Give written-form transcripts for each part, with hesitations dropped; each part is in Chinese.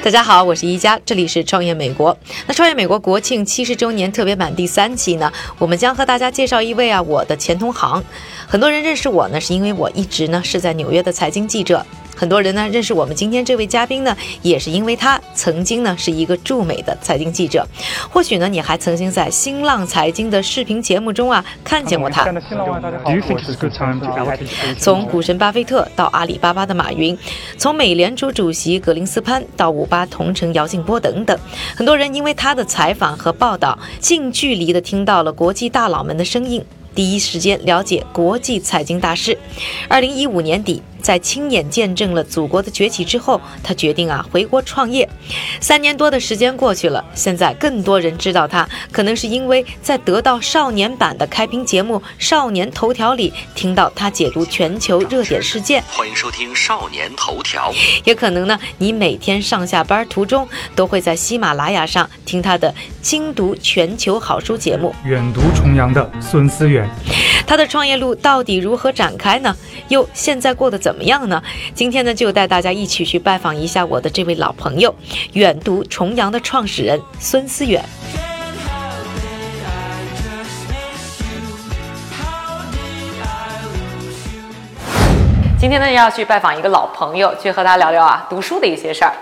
大家好，我是一加，这里是创业美国。那创业美国国庆70周年特别版第3期呢，我们将和大家介绍一位我的前同行。很多人认识我呢，是因为我一直呢是在纽约的财经记者。很多人呢认识我们今天这位嘉宾呢，也是因为他曾经呢是一个驻美的财经记者。或许呢你还曾经在新浪财经的视频节目中看见过他。从股神巴菲特到阿里巴巴的马云，从美联储主席格林斯潘到58同城姚劲波等等，很多人因为他的采访和报道，近距离的听到了国际大佬们的声音，第一时间了解国际财经大事。2015年底，在亲眼见证了祖国的崛起之后，他决定回国创业。3年多的时间过去了，现在更多人知道他，可能是因为在得到少年版的开屏节目《少年头条》里听到他解读全球热点事件。 欢迎收听《少年头条》。 也可能呢，你每天上下班途中都会在喜马拉雅上听他的精读全球好书节目。 远读重洋的孙思远， 他的创业路到底如何展开呢？又现在过得怎么样呢？今天呢，就带大家一起去拜访一下我的这位老朋友，远读重洋的创始人孙思远。今天呢，要去拜访一个老朋友，去和他聊聊读书的一些事儿。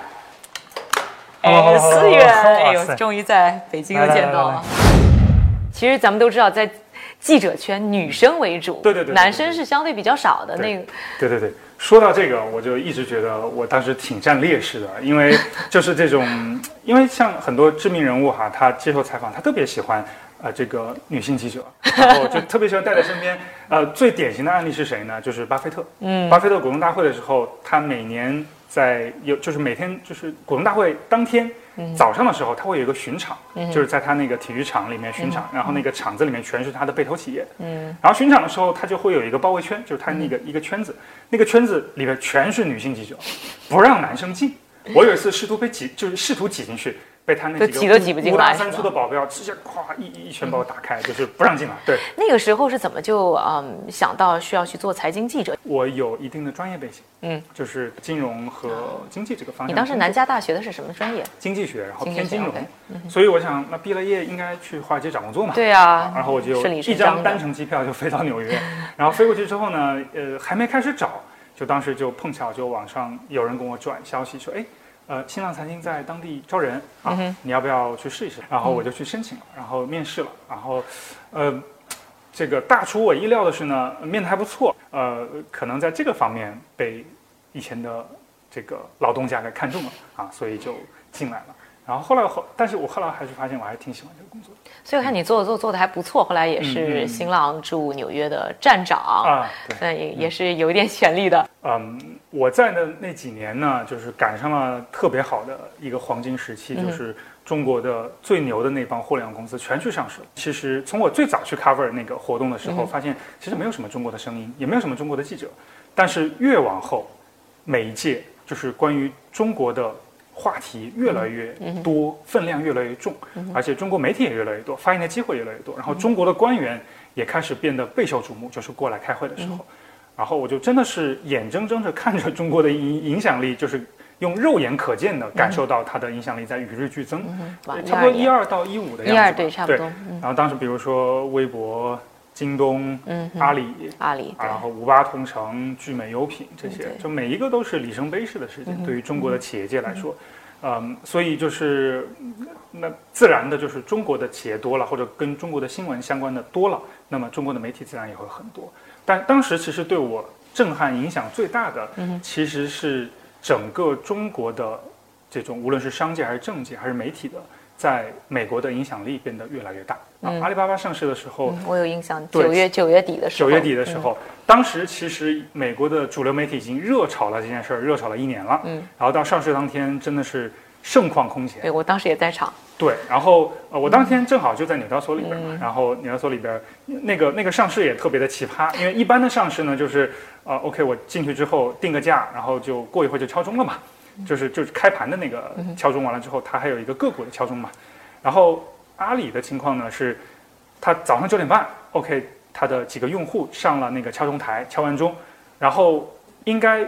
思远，终于在北京又见到了。其实咱们都知道，在记者圈女生为主， 对， 男生是相对比较少的那个。 对，说到这个，我就一直觉得我当时挺占劣势的，因为就是这种，因为像很多知名人物他接受采访，他特别喜欢这个女性记者，然后就特别喜欢带在身边。最典型的案例是谁呢？就是巴菲特。巴菲特股东大会的时候，他每年就是每天就是股东大会当天。早上的时候，他会有一个巡场，就是在他那个体育场里面巡场，然后那个场子里面全是他的被投企业。然后巡场的时候，他就会有一个包围圈，就是他那个一个圈子，那个圈子里面全是女性记者，不让男生进。我有一次试图挤进去，被他那几个5大3粗的保镖直接一拳把我打开，就是不让进来。对， 那个时候是怎么就想到需要去做财经记者？ 我有一定的专业背景，就是金融和经济这个方向。 你当时南加大学的是什么专业？ 经济学，然后偏金融。所以我想，那毕了业应该去华尔街找工作嘛。 对啊。 然后我就一张单程机票就飞到纽约，然后飞过去之后呢，还没开始找，就当时就碰巧就网上有人跟我转消息说，新浪财经在当地招人你要不要去试一试？然后我就去申请了，然后面试了，然后这个大出我意料的是呢，面得还不错，可能在这个方面被以前的这个老东家给看中了所以就进来了。然后但是我后来还是发现我还是挺喜欢这个工作的。 所以我看你做的还不错，后来也是新浪驻纽约的站长也是有一点潜力的。 我在的那几年呢，就是赶上了特别好的一个黄金时期，就是中国的最牛的那帮互联网公司全去上市了。其实从我最早去 cover 那个活动的时候，发现其实没有什么中国的声音，也没有什么中国的记者。但是越往后，每一届就是关于中国的话题越来越多，分量越来越重，而且中国媒体也越来越多，发言的机会越来越多，然后中国的官员也开始变得备受瞩目，就是过来开会的时候，然后我就真的是眼睁睁地看着中国的影响力，就是用肉眼可见的感受到它的影响力在与日俱增，差不多12到15的样子， 对，差不多。 然后当时比如说微博、京东、阿里，然后58同城、聚美优品这些，就每一个都是里程碑式的事情，对于中国的企业界来说，所以就是那自然的就是中国的企业多了，或者跟中国的新闻相关的多了，那么中国的媒体自然也会很多。但当时其实对我震撼影响最大的，其实是整个中国的这种无论是商界还是政界还是媒体的，在美国的影响力变得越来越大。阿里巴巴上市的时候， 我有印象，9月底的时候， 当时其实美国的主流媒体已经热炒了这件事儿，热炒了1年了。然后到上市当天真的是盛况空前。 对，我当时也在场。 对，然后我当天正好就在纽交所里边嘛，然后纽交所里边那个上市也特别的奇葩，因为一般的上市呢就是OK 我进去之后定个价，然后就过一会儿就敲钟了嘛，就是开盘的那个敲钟完了之后，它还有一个个股的敲钟嘛。然后阿里的情况呢是，它早上9点半 OK 它的几个用户上了那个敲钟台，敲完钟，然后应该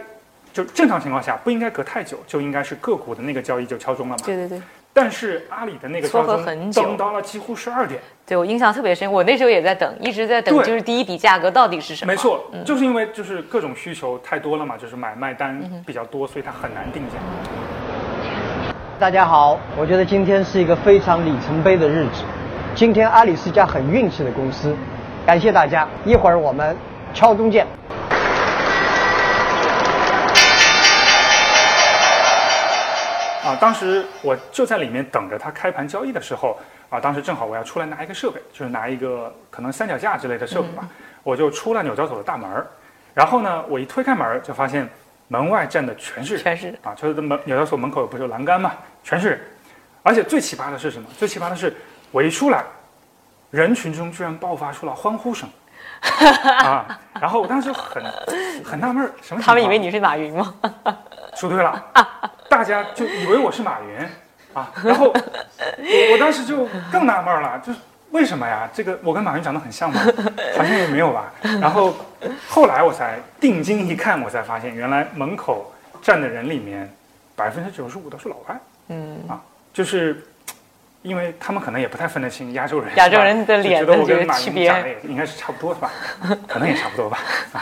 就正常情况下不应该隔太久，就应该是个股的那个交易就敲钟了嘛。 对对对。 但是阿里的那个敲钟等到了几乎12点。 对，我印象特别深，我那时候也在等，一直在等，就是第一笔价格到底是什么。 没错，就是因为就是各种需求太多了嘛，就是买卖单比较多，所以它很难定价。 大家好，我觉得今天是一个非常里程碑的日子。今天阿里是家很运气的公司，感谢大家，一会儿我们敲钟见。 当时我就在里面等着它开盘交易的时候，当时正好我要出来拿一个设备，就是拿一个可能三脚架之类的设备吧，我就出了纽交所的大门，然后呢，我一推开门就发现门外站的全是就是纽交所门口不是有栏杆嘛，全是人，而且最奇葩的是什么？最奇葩的是我一出来，人群中居然爆发出了欢呼声。然后我当时很纳闷，什么情况？ 他们以为你是马云吗？ 说对了，大家就以为我是马云然后我当时就更纳闷了，就是为什么呀？这个我跟马云长得很像吗？好像也没有吧。然后后来我才定睛一看，我才发现原来门口站的人里面95%都是老外。就是因为他们可能也不太分得清亚洲人的脸，觉得我跟马云长得也应该是差不多的吧，可能也差不多吧。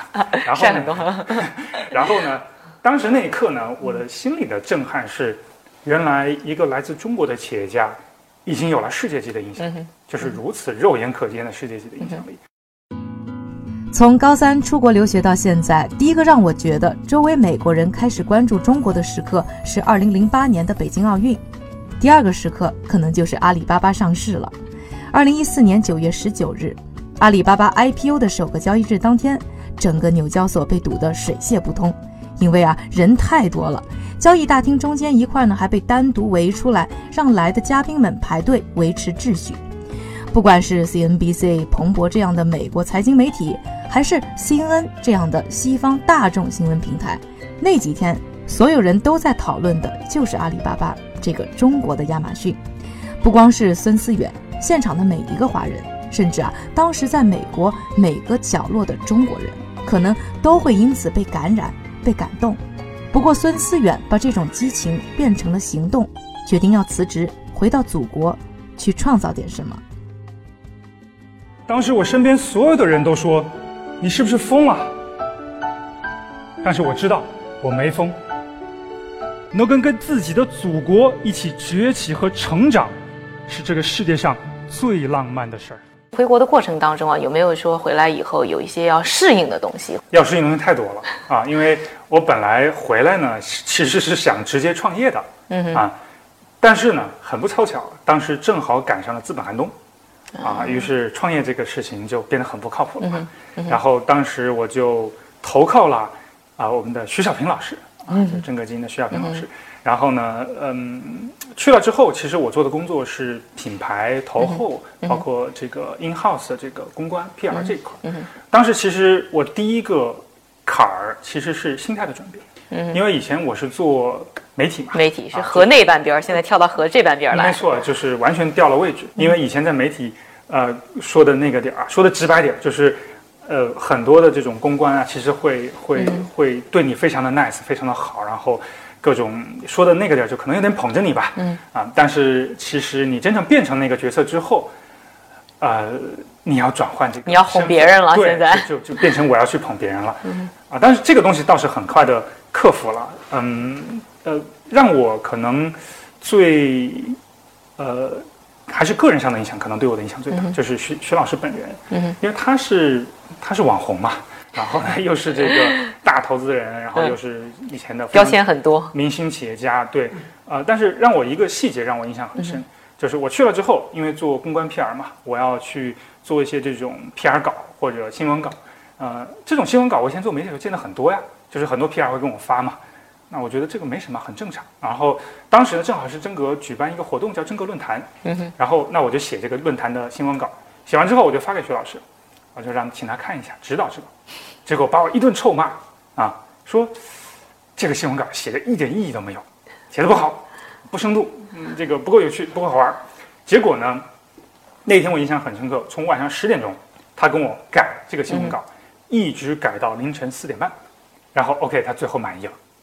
然后呢，当时那一刻呢，我的心里的震撼是，原来一个来自中国的企业家已经有了世界级的影响力，就是如此肉眼可见的世界级的影响力。 从高3出国留学到现在，第一个让我觉得周围美国人开始关注中国的时刻是2008年的北京奥运。第二个时刻可能就是阿里巴巴上市了。2014年9月19日，阿里巴巴 IPO 的首个交易日当天，整个纽交所被堵得水泄不通，因为人太多了，交易大厅中间一块呢还被单独围出来，让来的嘉宾们排队维持秩序。不管是 CNBC、彭博这样的美国财经媒体，还是 CNN 这样的西方大众新闻平台，那几天所有人都在讨论的就是阿里巴巴这个中国的亚马逊。不光是孙思远，现场的每一个华人，甚至当时在美国每个角落的中国人，可能都会因此被感染、被感动。不过孙思远把这种激情变成了行动，决定要辞职，回到祖国去创造点什么。 当时我身边所有的人都说，你是不是疯了？但是我知道我没疯，能跟自己的祖国一起崛起和成长，是这个世界上最浪漫的事儿。 回国的过程当中有没有说回来以后有一些要适应的东西？ 要适应的东西太多了因为我本来回来呢，其实是想直接创业的，但是呢，很不凑巧，当时正好赶上了资本寒冬，于是创业这个事情就变得很不靠谱了。然后当时我就投靠了我们的徐小平老师。就真格基因的徐小平老师，然后呢，去了之后，其实我做的工作是品牌投后，包括这个 in house 的这个公关 PR 这一块。当时其实我第一个坎儿其实是心态的转变，因为以前我是做媒体嘛， 媒体是河那半边，现在跳到河这半边来， 没错，就是完全调了位置。因为以前在媒体，说的那个点说的直白点就是。很多的这种公关其实会对你非常的 nice， 非常的好，然后各种说的那个点就可能有点捧着你吧，但是其实你真正变成那个角色之后，你要转换这个， 你要哄别人了，现在就变成我要去捧别人了，但是这个东西倒是很快的克服了，让我可能最还是个人上的影响，可能对我的影响最大，就是徐老师本人，因为他是网红嘛，然后呢又是这个大投资人，然后又是以前的标签很多明星企业家，对，但是让我一个细节让我印象很深，就是我去了之后，因为做公关 PR 嘛，我要去做一些这种 PR 稿或者新闻稿，这种新闻稿我以前做媒体的时候见的很多呀，就是很多 PR 会跟我发嘛。那我觉得这个没什么，很正常。然后当时呢，正好是真格举办一个活动，叫真格论坛。然后那我就写这个论坛的新闻稿，写完之后我就发给徐老师，我就请他看一下，指导。结果把我一顿臭骂说这个新闻稿写的一点意义都没有，写的不好，不生动，这个不够有趣，不够好玩。结果呢，那天我印象很深刻，从晚上10点钟，他跟我改这个新闻稿，一直改到凌晨4点半，然后 OK， 他最后满意了。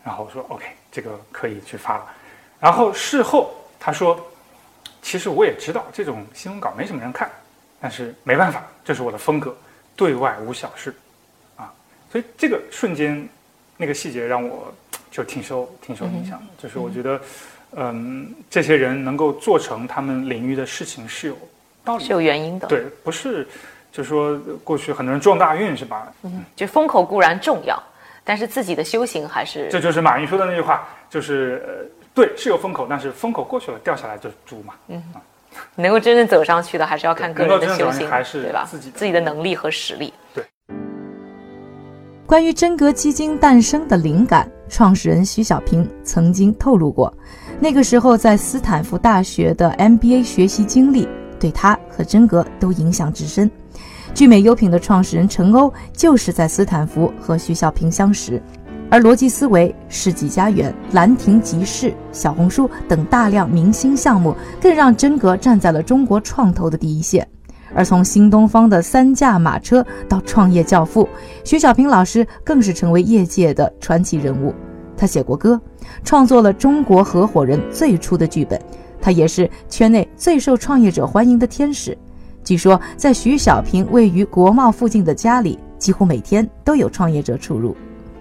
然后我说 OK， 这个可以去发了。然后事后他说，其实我也知道这种新闻稿没什么人看，但是没办法，这是我的风格，对外无小事啊。所以这个瞬间那个细节让我就挺受影响的，就是我觉得这些人能够做成他们领域的事情是有道理的， 是有原因的。 对，不是就说过去很多人撞大运是吧？ 就风口固然重要，但是自己的修行还是…… 这就是马云说的那句话，就是对，是有风口，但是风口过去了，掉下来就是猪嘛。 能够真正走上去的，还是要看个人的修行， 还是对吧？ 自己的能力和实力。 对。 关于真格基金诞生的灵感，创始人徐小平曾经透露过，那个时候在斯坦福大学的 MBA 学习经历对他和真格都影响至深。聚美优品的创始人陈欧就是在斯坦福和徐小平相识，而逻辑思维、世纪佳缘、兰亭集市、小红书等大量明星项目，更让真格站在了中国创投的第一线。而从新东方的3驾马车到创业教父，徐小平老师更是成为业界的传奇人物。他写过歌，创作了中国合伙人最初的剧本，他也是圈内最受创业者欢迎的天使。据说在徐小平位于国贸附近的家里，几乎每天都有创业者出入。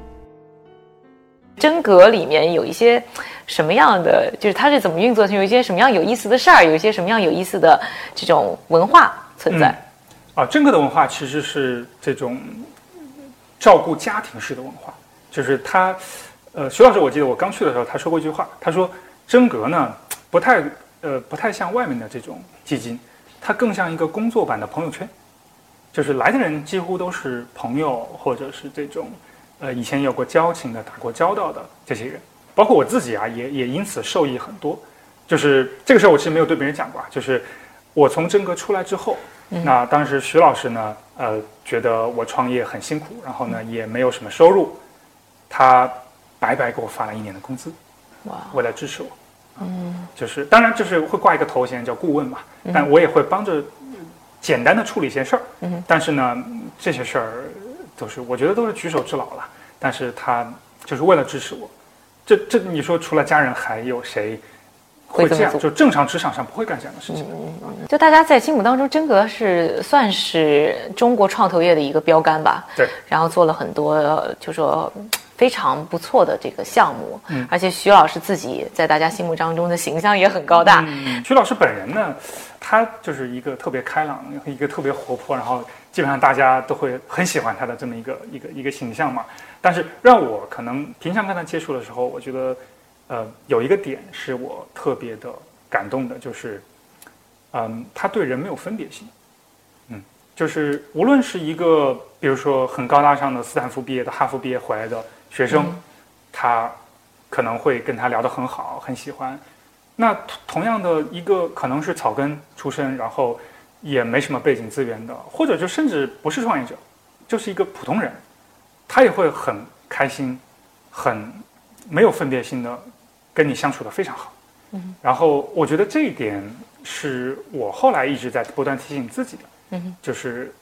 真格里面有一些什么样的，就是它是怎么运作，有一些什么样有意思的事儿，有一些什么样有意思的这种文化存在。 真格的文化其实是这种照顾家庭式的文化，就是他徐老师，我记得我刚去的时候，他说过一句话，他说真格呢不太像外面的这种基金，它更像一个工作版的朋友圈，就是来的人几乎都是朋友，或者是这种以前有过交情的、打过交道的这些人，包括我自己啊，也因此受益很多。就是这个事儿我其实没有对别人讲过，就是我从真格出来之后，那当时徐老师呢，觉得我创业很辛苦，然后呢也没有什么收入，他白白给我发了1年的工资，为了支持我。就是当然就是会挂一个头衔叫顾问嘛，但我也会帮着简单的处理一些事儿。但是呢，这些事儿都是我觉得都是举手之劳了。但是他就是为了支持我，这你说除了家人还有谁会这样？就正常职场上不会干这样的事情。 就大家在心目当中，真格算是中国创投业的一个标杆吧。 对。 然后做了很多，就说非常不错的这个项目。而且徐老师自己在大家心目当中的形象也很高大。 徐老师本人呢，他就是一个特别开朗、一个特别活泼，然后基本上大家都会很喜欢他的这么一个形象嘛。但是让我可能平常跟他接触的时候，我觉得。有一个点是我特别的感动的，就是，他对人没有分别心，就是无论是一个比如说很高大上的斯坦福毕业的、哈佛毕业回来的学生，他可能会跟他聊得很好，很喜欢。那同样的一个可能是草根出身，然后也没什么背景资源的，或者就甚至不是创业者，就是一个普通人，他也会很开心，很没有分别心的。跟你相处的非常好，然后我觉得这一点是我后来一直在不断提醒自己的，就是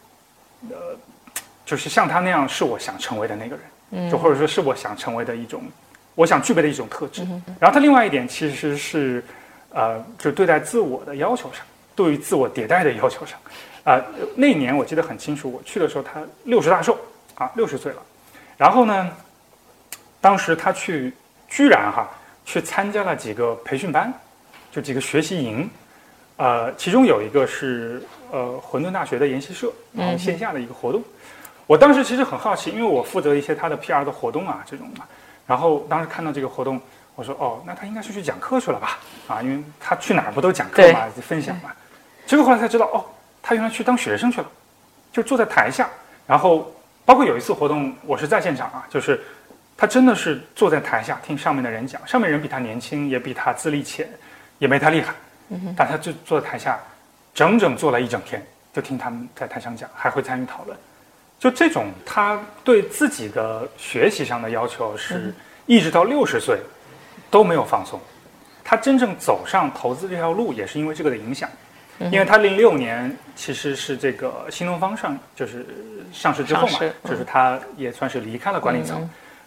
像他那样是我想成为的那个人，就或者说是我想成为的一种，我想具备的一种特质。然后他另外一点其实是，就对待自我的要求上，对于自我迭代的要求上，那一年我记得很清楚，我去的时候他60大寿啊，60岁了，然后呢，当时他居然去参加了几个培训班，就几个学习营，其中有一个是混沌大学的研习社，然后线下的一个活动。我当时其实很好奇，因为我负责一些他的 PR 的活动啊这种嘛。然后当时看到这个活动，我说哦，那他应该是去讲课去了吧？因为他去哪儿不都讲课嘛，分享嘛。结果后来才知道，哦，他原来去当学生去了，就坐在台下。然后包括有一次活动，我是在现场啊，就是。他真的是坐在台下听上面的人讲，上面人比他年轻，也比他资历浅，也没他厉害，但他就坐在台下，整整坐了1整天，就听他们在台上讲，还会参与讨论。就这种他对自己的学习上的要求是，一直到60岁都没有放松。他真正走上投资这条路，也是因为这个的影响。因为他06年其实是这个新东方就是上市之后嘛，就是他也算是离开了管理层。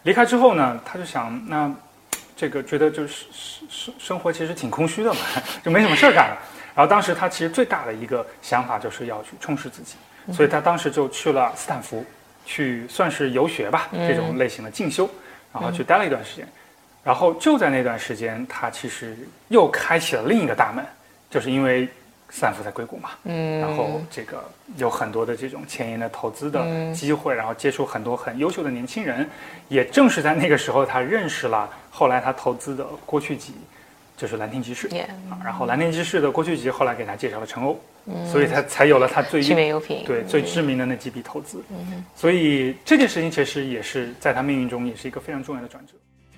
离开之后呢，他就想，那这个觉得就是生活其实挺空虚的嘛，就没什么事儿干了。然后当时他其实最大的一个想法就是要去充实自己，所以他当时就去了斯坦福，去算是游学吧，这种类型的进修，然后去待了一段时间。然后就在那段时间，他其实又开启了另一个大门，就是因为斯坦福在硅谷嘛，然后这个有很多的这种前沿的投资的机会，然后接触很多很优秀的年轻人。也正是在那个时候，他认识了后来他投资的郭旭吉，就是兰亭集市，然后兰亭集市的郭旭吉后来给他介绍了陈欧，所以他才有了他最知名的那几笔投资。所以这件事情其实也是在他命运中也是一个非常重要的转折。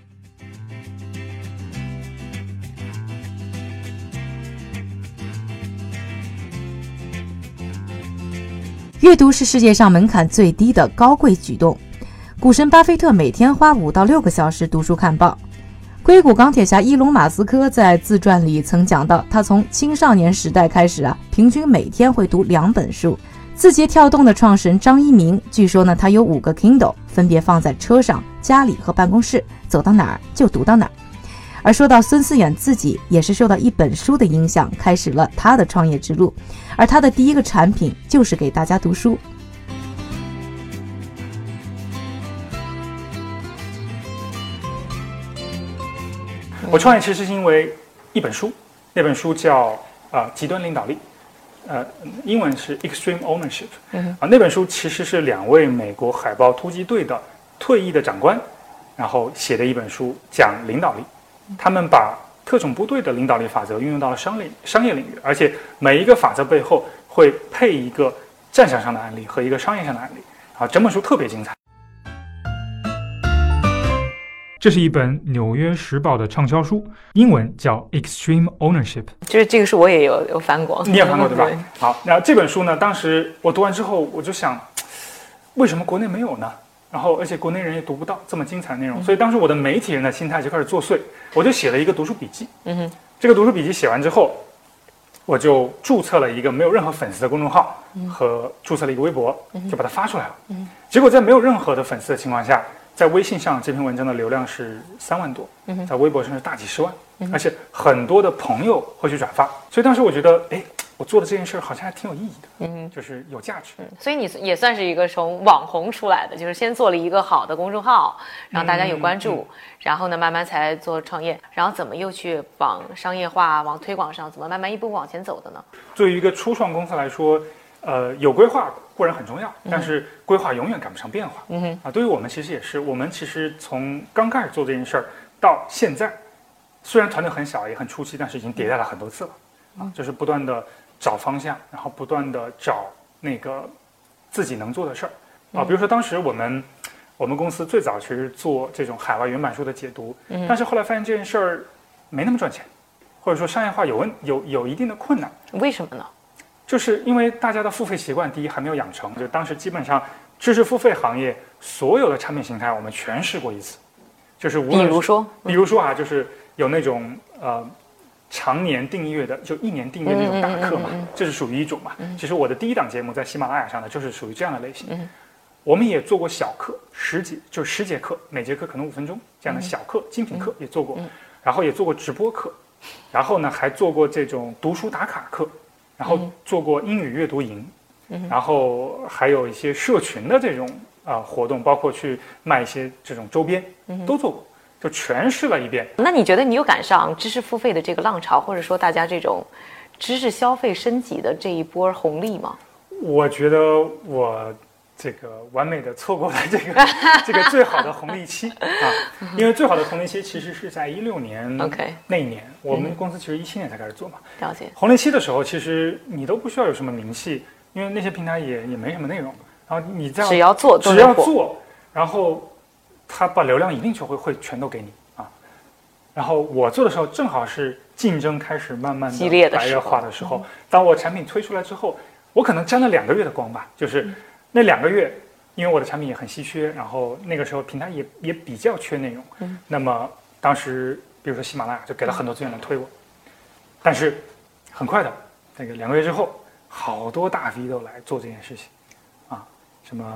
阅读是世界上门槛最低的高贵举动。股神巴菲特每天花5到6个小时读书看报。硅谷钢铁侠伊隆马斯克在自传里曾讲到，他从青少年时代开始平均每天会读2本书。字节跳动的创始人张一鸣，据说呢，他有5个 Kindle， 分别放在车上、家里和办公室，走到哪儿就读到哪儿。而说到孙思远自己，也是受到一本书的影响，开始了他的创业之路，而他的第一个产品就是给大家读书。 我创业其实是因为一本书，那本书叫极端领导力，英文是 Extreme Ownership，那本书其实是2位美国海豹突击队的退役的长官，然后写的一本书，讲领导力。他们把特种部队的领导力法则运用到了商业领域，而且每一个法则背后会配一个战场上的案例和一个商业上的案例，整本书特别精彩。这是一本《纽约时报》的畅销书，英文叫 Extreme Ownership。 就是这个书我也有翻过， 你也翻过对吧？对。好，那这本书呢，当时我读完之后，我就想，为什么国内没有呢？然后，而且国内人也读不到这么精彩的内容，所以当时我的媒体人的心态就开始作祟，我就写了一个读书笔记。这个读书笔记写完之后，我就注册了一个没有任何粉丝的公众号，和注册了一个微博，就把它发出来了。结果在没有任何的粉丝的情况下，在微信上这篇文章的流量是3万多，在微博上是大几十万，而且很多的朋友会去转发，所以当时我觉得，我做的这件事好像还挺有意义的，就是有价值。 所以你也算是一个从网红出来的，就是先做了一个好的公众号，让大家有关注，然后呢慢慢才做创业，然后怎么又去往商业化、往推广上，怎么慢慢一步往前走的呢？ 对于一个初创公司来说，有规划固然很重要，但是规划永远赶不上变化。对于我们其实也是，我们其实从刚开始做这件事儿到现在，虽然团队很小也很初期，但是已经迭代了很多次了。就是不断的找方向，然后不断的找那个自己能做的事儿比如说当时我们公司最早其实做这种海外原版书的解读，但是后来发现这件事儿没那么赚钱，或者说商业化有一定的困难。 为什么呢？ 就是因为大家的付费习惯，第一还没有养成，就当时基本上知识付费行业所有的产品形态我们全试过一次，就是比如说就是有那种常年订阅的，就1年订阅那种大课嘛，这是属于一种嘛。其实我的第一档节目在喜马拉雅上的就是属于这样的类型。我们也做过小课10节课，每节课可能5分钟这样的小课，精品课也做过，然后也做过直播课，然后呢还做过这种读书打卡课，然后做过英语阅读营，然后还有一些社群的这种活动，包括去卖一些这种周边，都做过。就全试了一遍。 那你觉得你有赶上知识付费的这个浪潮，或者说大家这种知识消费升级的这一波红利吗？ 我觉得我这个完美的错过了这个最好的红利期因为最好的红利期其实是在16年那一年，我们公司其实17年才开始做嘛。 了解。 红利期的时候，其实你都不需要有什么名气，因为那些平台也没什么内容，然后你只要做，然后他把流量一定就会全都给你然后我做的时候正好是竞争开始慢慢的白热化的时候，当我产品推出来之后，我可能沾了2个月的光吧，就是那2个月，因为我的产品也很稀缺，然后那个时候平台也比较缺内容，那么当时比如说喜马拉雅就给了很多资源来推我，但是很快的那个2个月之后，好多大 V 都来做这件事情什么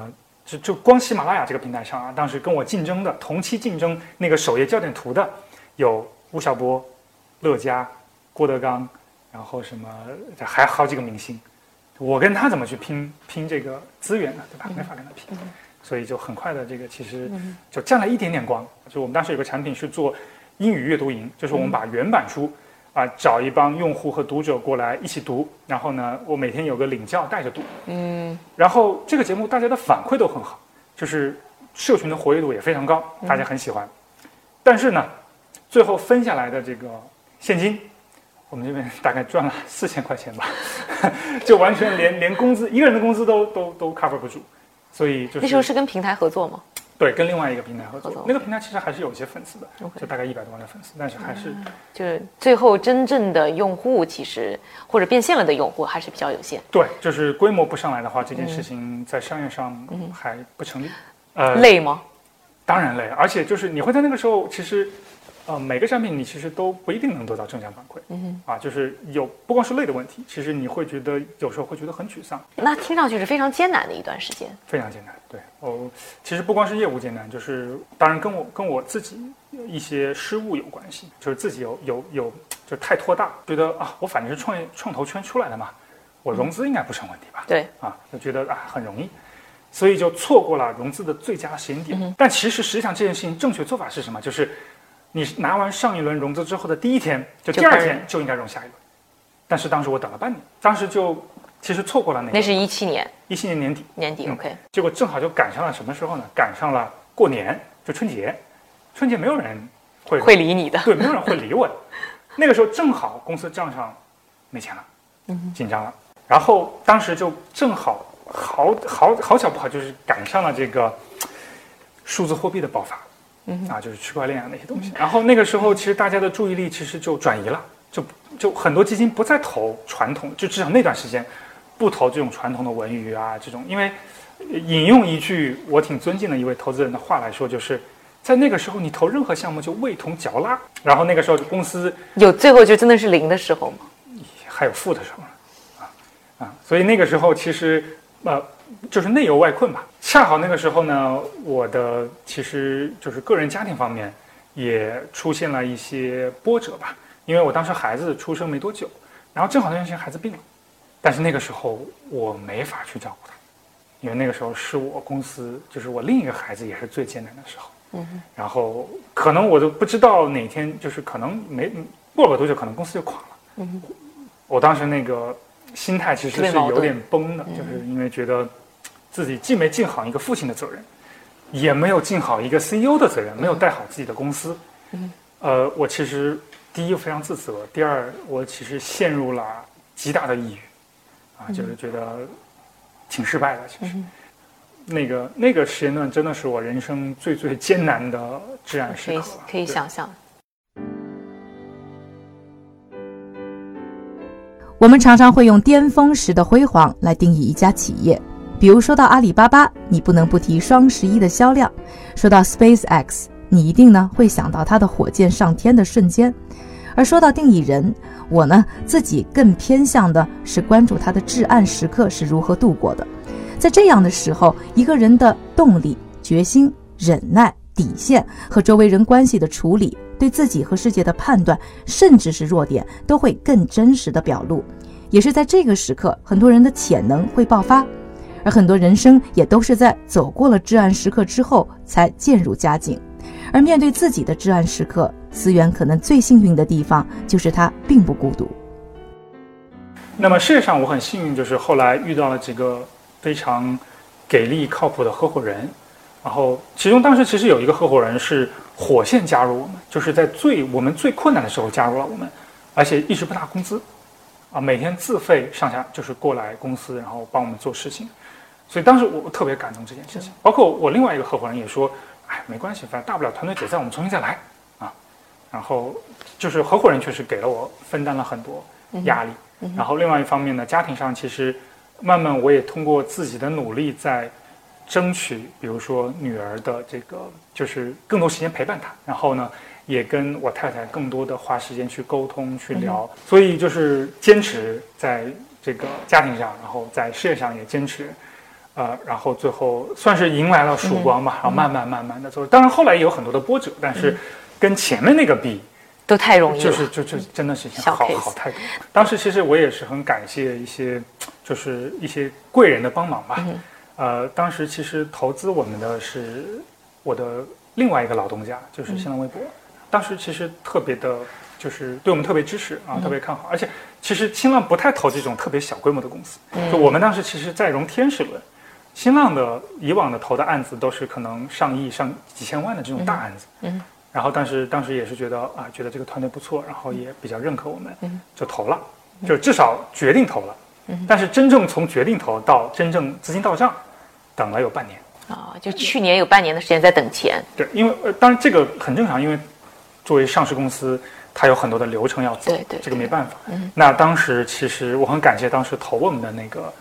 就光喜马拉雅这个平台上啊，当时跟我竞争的同期竞争那个首页焦点图的有吴晓波、乐嘉、郭德纲，然后什么还好几个明星，我跟他怎么去拼这个资源呢？对吧？没法跟他拼，所以就很快的这个其实就沾了一点点光。就我们当时有个产品是做英语阅读营，就是我们把原版书找一帮用户和读者过来一起读，然后呢，我每天有个领教带着读，然后这个节目大家的反馈都很好，就是社群的活跃度也非常高，大家很喜欢。但是呢，最后分下来的这个现金，我们这边大概赚了4000块钱吧，就完全连工资一个人的工资都 cover 不住，所以就是那时候是跟平台合作吗？ 对，跟另外一个平台合作，那个平台其实还是有一些粉丝的，就大概100多万的粉丝，但是还是就是最后真正的用户其实或者变现了的用户还是比较有限。 对，就是规模不上来的话，这件事情在商业上还不成立。 累吗？ 当然累，而且就是你会在那个时候，其实每个产品你其实都不一定能得到正向反馈，就是不光是累的问题，其实你会觉得有时候会觉得很沮丧。 那听上去是非常艰难的一段时间。 非常艰难，对其实不光是业务艰难，就是当然跟我自己一些失误有关系，就是自己有就太拖大，觉得我反正是创投圈出来的嘛，我融资应该不成问题吧？ 对就觉得很容易。所以就错过了融资的最佳时间点，但其实实际上这件事情正确做法是什么？就是你拿完上一轮融资之后的第一天，就第2天就应该融下一轮。但是当时我等了半年，当时就其实错过了那是17年年底 OK，结果正好就赶上了什么时候呢？赶上了过年，就春节没有人会理你的， 对，没有人会理我的。那个时候正好公司账上没钱了，紧张了，然后当时就正好。好巧不好，就是赶上了这个数字货币的爆发，就是区块链那些东西。然后那个时候，其实大家的注意力其实就转移了，就很多基金不再投传统，就至少那段时间不投这种传统的文娱这种。因为引用一句我挺尊敬的一位投资人的话来说，就是在那个时候你投任何项目就味同嚼蜡。然后那个时候公司最后就真的是零的时候吗？ 还有负的时候所以那个时候其实。就是内忧外困吧。恰好那个时候呢，我的其实就是个人家庭方面也出现了一些波折吧。因为我当时孩子出生没多久，然后正好那段时间孩子病了，但是那个时候我没法去照顾他，因为那个时候是我公司就是我另一个孩子也是最艰难的时候。然后可能我都不知道哪天，就是可能过了多久，可能公司就垮了。我当时那个。心态其实是有点崩的，就是因为觉得自己既没尽好一个父亲的责任，也没有尽好一个 CEO 的责任，没有带好自己的公司。我其实第一非常自责，第二我其实陷入了极大的抑郁，就是觉得挺失败的。其实那个时间段真的是我人生最艰难的至暗时刻， 可以想象。 我们常常会用巅峰时的辉煌来定义一家企业，比如说到阿里巴巴，你不能不提双11的销量；说到 SpaceX， 你一定呢会想到它的火箭上天的瞬间。而说到定义人，我呢自己更偏向的是关注他的至暗时刻是如何度过的。在这样的时候，一个人的动力、决心、忍耐、底线和周围人关系的处理，对自己和世界的判断，甚至是弱点，都会更真实的表露。也是在这个时刻，很多人的潜能会爆发，而很多人生也都是在走过了至暗时刻之后才渐入佳境。而面对自己的至暗时刻，思源可能最幸运的地方就是他并不孤独。 那么事实上我很幸运，就是后来遇到了几个非常给力靠谱的合伙人，然后其中当时其实有一个合伙人是火线加入我们，就是在我们最困难的时候加入了我们，而且一直不拿工资每天自费上下，就是过来公司然后帮我们做事情。所以当时我特别感动这件事情，包括我另外一个合伙人也说，没关系，反正大不了团队解散，我们重新再来然后就是合伙人确实给了我分担了很多压力，然后另外一方面呢，家庭上其实慢慢我也通过自己的努力在争取，比如说女儿的这个就是更多时间陪伴她，然后呢也跟我太太更多的花时间去沟通去聊，所以就是坚持在这个家庭上，然后在事业上也坚持然后最后算是迎来了曙光吧，然后慢慢的走。当然后来也有很多的波折，但是跟前面那个比， 都太容易了， 就真的是好太多。当时其实我也是很感谢一些，就是一些贵人的帮忙吧。当时其实投资我们的是我的另外一个老东家，就是新浪微博。当时其实特别的，就是对我们特别支持啊，特别看好。而且其实新浪不太投这种特别小规模的公司，就我们当时其实在融天使轮。新浪的以往的投的案子都是可能上亿、上几千万的这种大案子，然后当时也是觉得觉得这个团队不错，然后也比较认可我们，就投了，就至少决定投了，但是真正从决定投到真正资金到账，等了有半年就去年有半年的时间在等钱。 对，因为当然这个很正常，因为作为上市公司，它有很多的流程要走， 对， 这个没办法。那当时其实我很感谢当时投我们的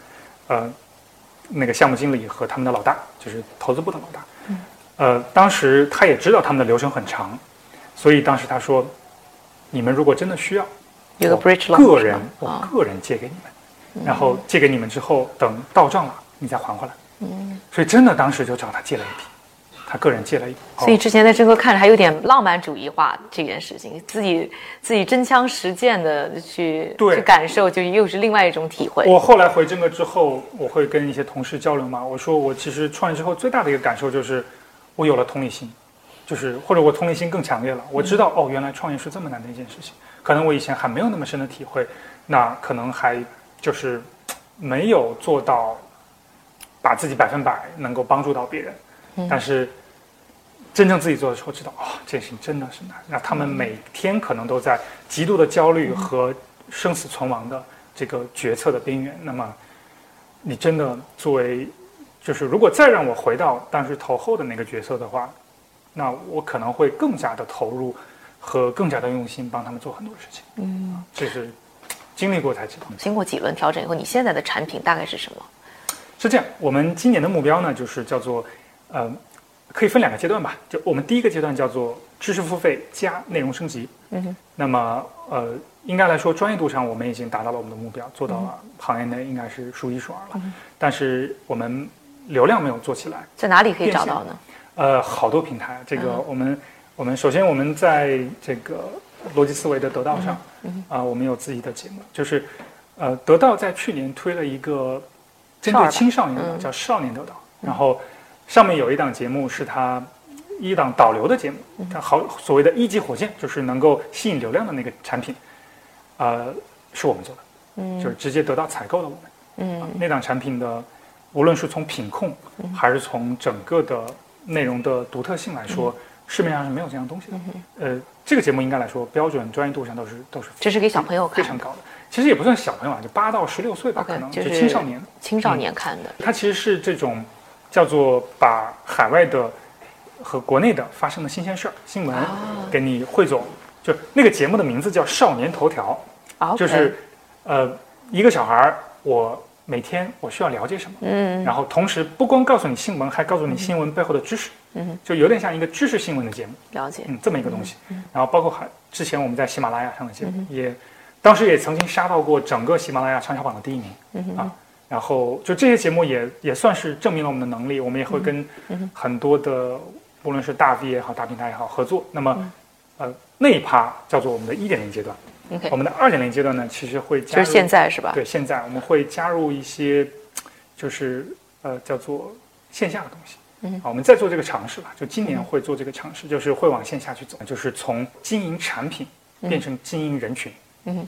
那个项目经理和他们的老大，就是投资部的老大。当时他也知道他们的流程很长，所以当时他说，你们如果真的需要， 有个 bridge loan， 我个人借给你们，然后借给你们之后，等到账了你再还回来。所以真的当时就找他借了一笔，他个人借了一笔。 所以之前在真哥看着还有点浪漫主义化这件事情，自己真枪实践的去感受，就又是另外一种体会。 我后来回真哥之后，我会跟一些同事交流嘛，我说我其实创业之后最大的一个感受就是，我有了同理心，就是或者我同理心更强烈了。我知道原来创业是这么难的一件事情，可能我以前还没有那么深的体会，那可能还就是没有做到把自己100%能够帮助到别人，但是真正自己做的时候知道这件事情真的是难。那他们每天可能都在极度的焦虑和生死存亡的这个决策的边缘。那么你真的作为，就是如果再让我回到当时投后的那个角色的话，那我可能会更加的投入和更加的用心帮他们做很多事情。这是经历过才知道。 经过几轮调整以后，你现在的产品大概是什么？ 是这样，我们今年的目标呢，就是叫做可以分2个阶段吧。就我们第一个阶段叫做知识付费加内容升级。那么应该来说专业度上我们已经达到了我们的目标，做到了行业内应该是数一数二了。但是我们流量没有做起来。 在哪里可以找到呢？ 好多平台。这个我们首先我们在这个逻辑思维的得到上，我们有自己的节目，就是得到在去年推了一个针对青少年的叫少年得到，然后上面有一档节目是它一档导流的节目，它所谓的1级火箭，就是能够吸引流量的那个产品，是我们做的，就是直接得到采购的我们。那档产品的无论是从品控还是从整个的内容的独特性来说，市面上是没有这样东西的。这个节目应该来说标准专业度上都是这是给小朋友看非常高的。其实也不算小朋友就8到16岁吧，可能就是青少年看的。 它其实是这种叫做把海外的和国内的发生的新鲜事儿、新闻给你汇总。就那个节目的名字叫《少年头条》，就是一个小孩，我每天我需要了解什么，然后同时不光告诉你新闻，还告诉你新闻背后的知识，就有点像一个知识新闻的节目， 了解， 这么一个东西。然后包括之前我们在喜马拉雅上的节目，当时也曾经杀到过整个喜马拉雅畅销榜的第1名，然后就这些节目也算是证明了我们的能力，我们也会跟很多的无论是大 V 也好、大平台也好合作。那么那一趴叫做我们的1.0阶段。我们的2.0阶段呢，其实会加入， 就是现在是吧？ 对，现在我们会加入一些，就是叫做线下的东西。我们在做这个尝试吧，就今年会做这个尝试，就是会往线下去走，就是从经营产品变成经营人群。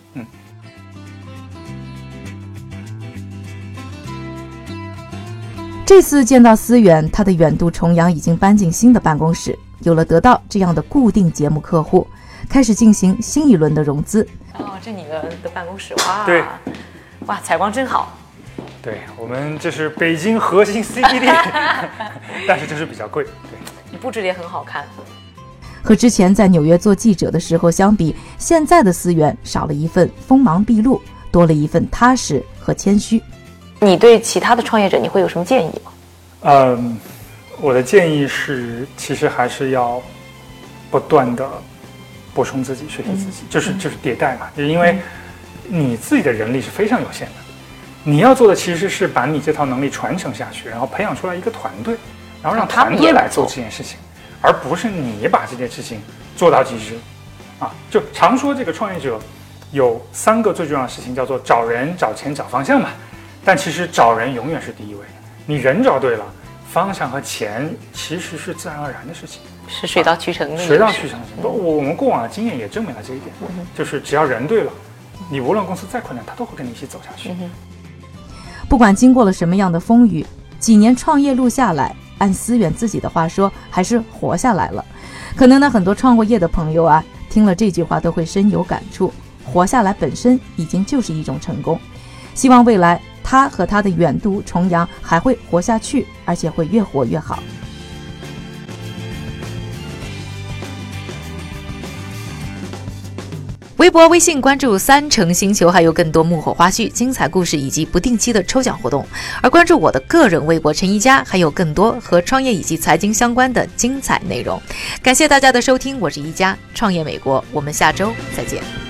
这次见到思远，他的远渡重洋已经搬进新的办公室，有了得到这样的固定节目客户，开始进行新一轮的融资。 这你的办公室，哇， 对， 哇，采光真好。 对，我们这是北京核心 CBD， 但是就是比较贵。对， 你布置也很好看。 和之前在纽约做记者的时候相比，现在的思远少了一份锋芒毕露，多了一份踏实和谦虚。 你对其他的创业者你会有什么建议吗？ 我的建议是，其实还是要不断的补充自己、学习自己，就是迭代嘛。就是因为你自己的人力是非常有限的， 你要做的其实是把你这套能力传承下去，然后培养出来一个团队，然后让团队来做这件事情，而不是你把这件事情做到极致。就常说这个创业者有3个最重要的事情，叫做找人、找钱、找方向嘛。但其实找人永远是第一位的，你人找对了，方向和钱其实是自然而然的事情， 是水到渠成的。 水到渠成的。我们过往的经验也证明了这一点，就是只要人对了，你无论公司再困难，他都会跟你一起走下去。 不管经过了什么样的风雨，几年创业路下来，按思远自己的话说，还是活下来了。可能呢，很多创过业的朋友啊，听了这句话都会深有感触。活下来本身已经就是一种成功。希望未来他和他的远渡重洋还会活下去，而且会越活越好。 微博、微信关注3城星球，还有更多幕后花絮、精彩故事以及不定期的抽奖活动。而关注我的个人微博陈一佳，还有更多和创业以及财经相关的精彩内容。感谢大家的收听，我是一佳，创业美国，我们下周再见。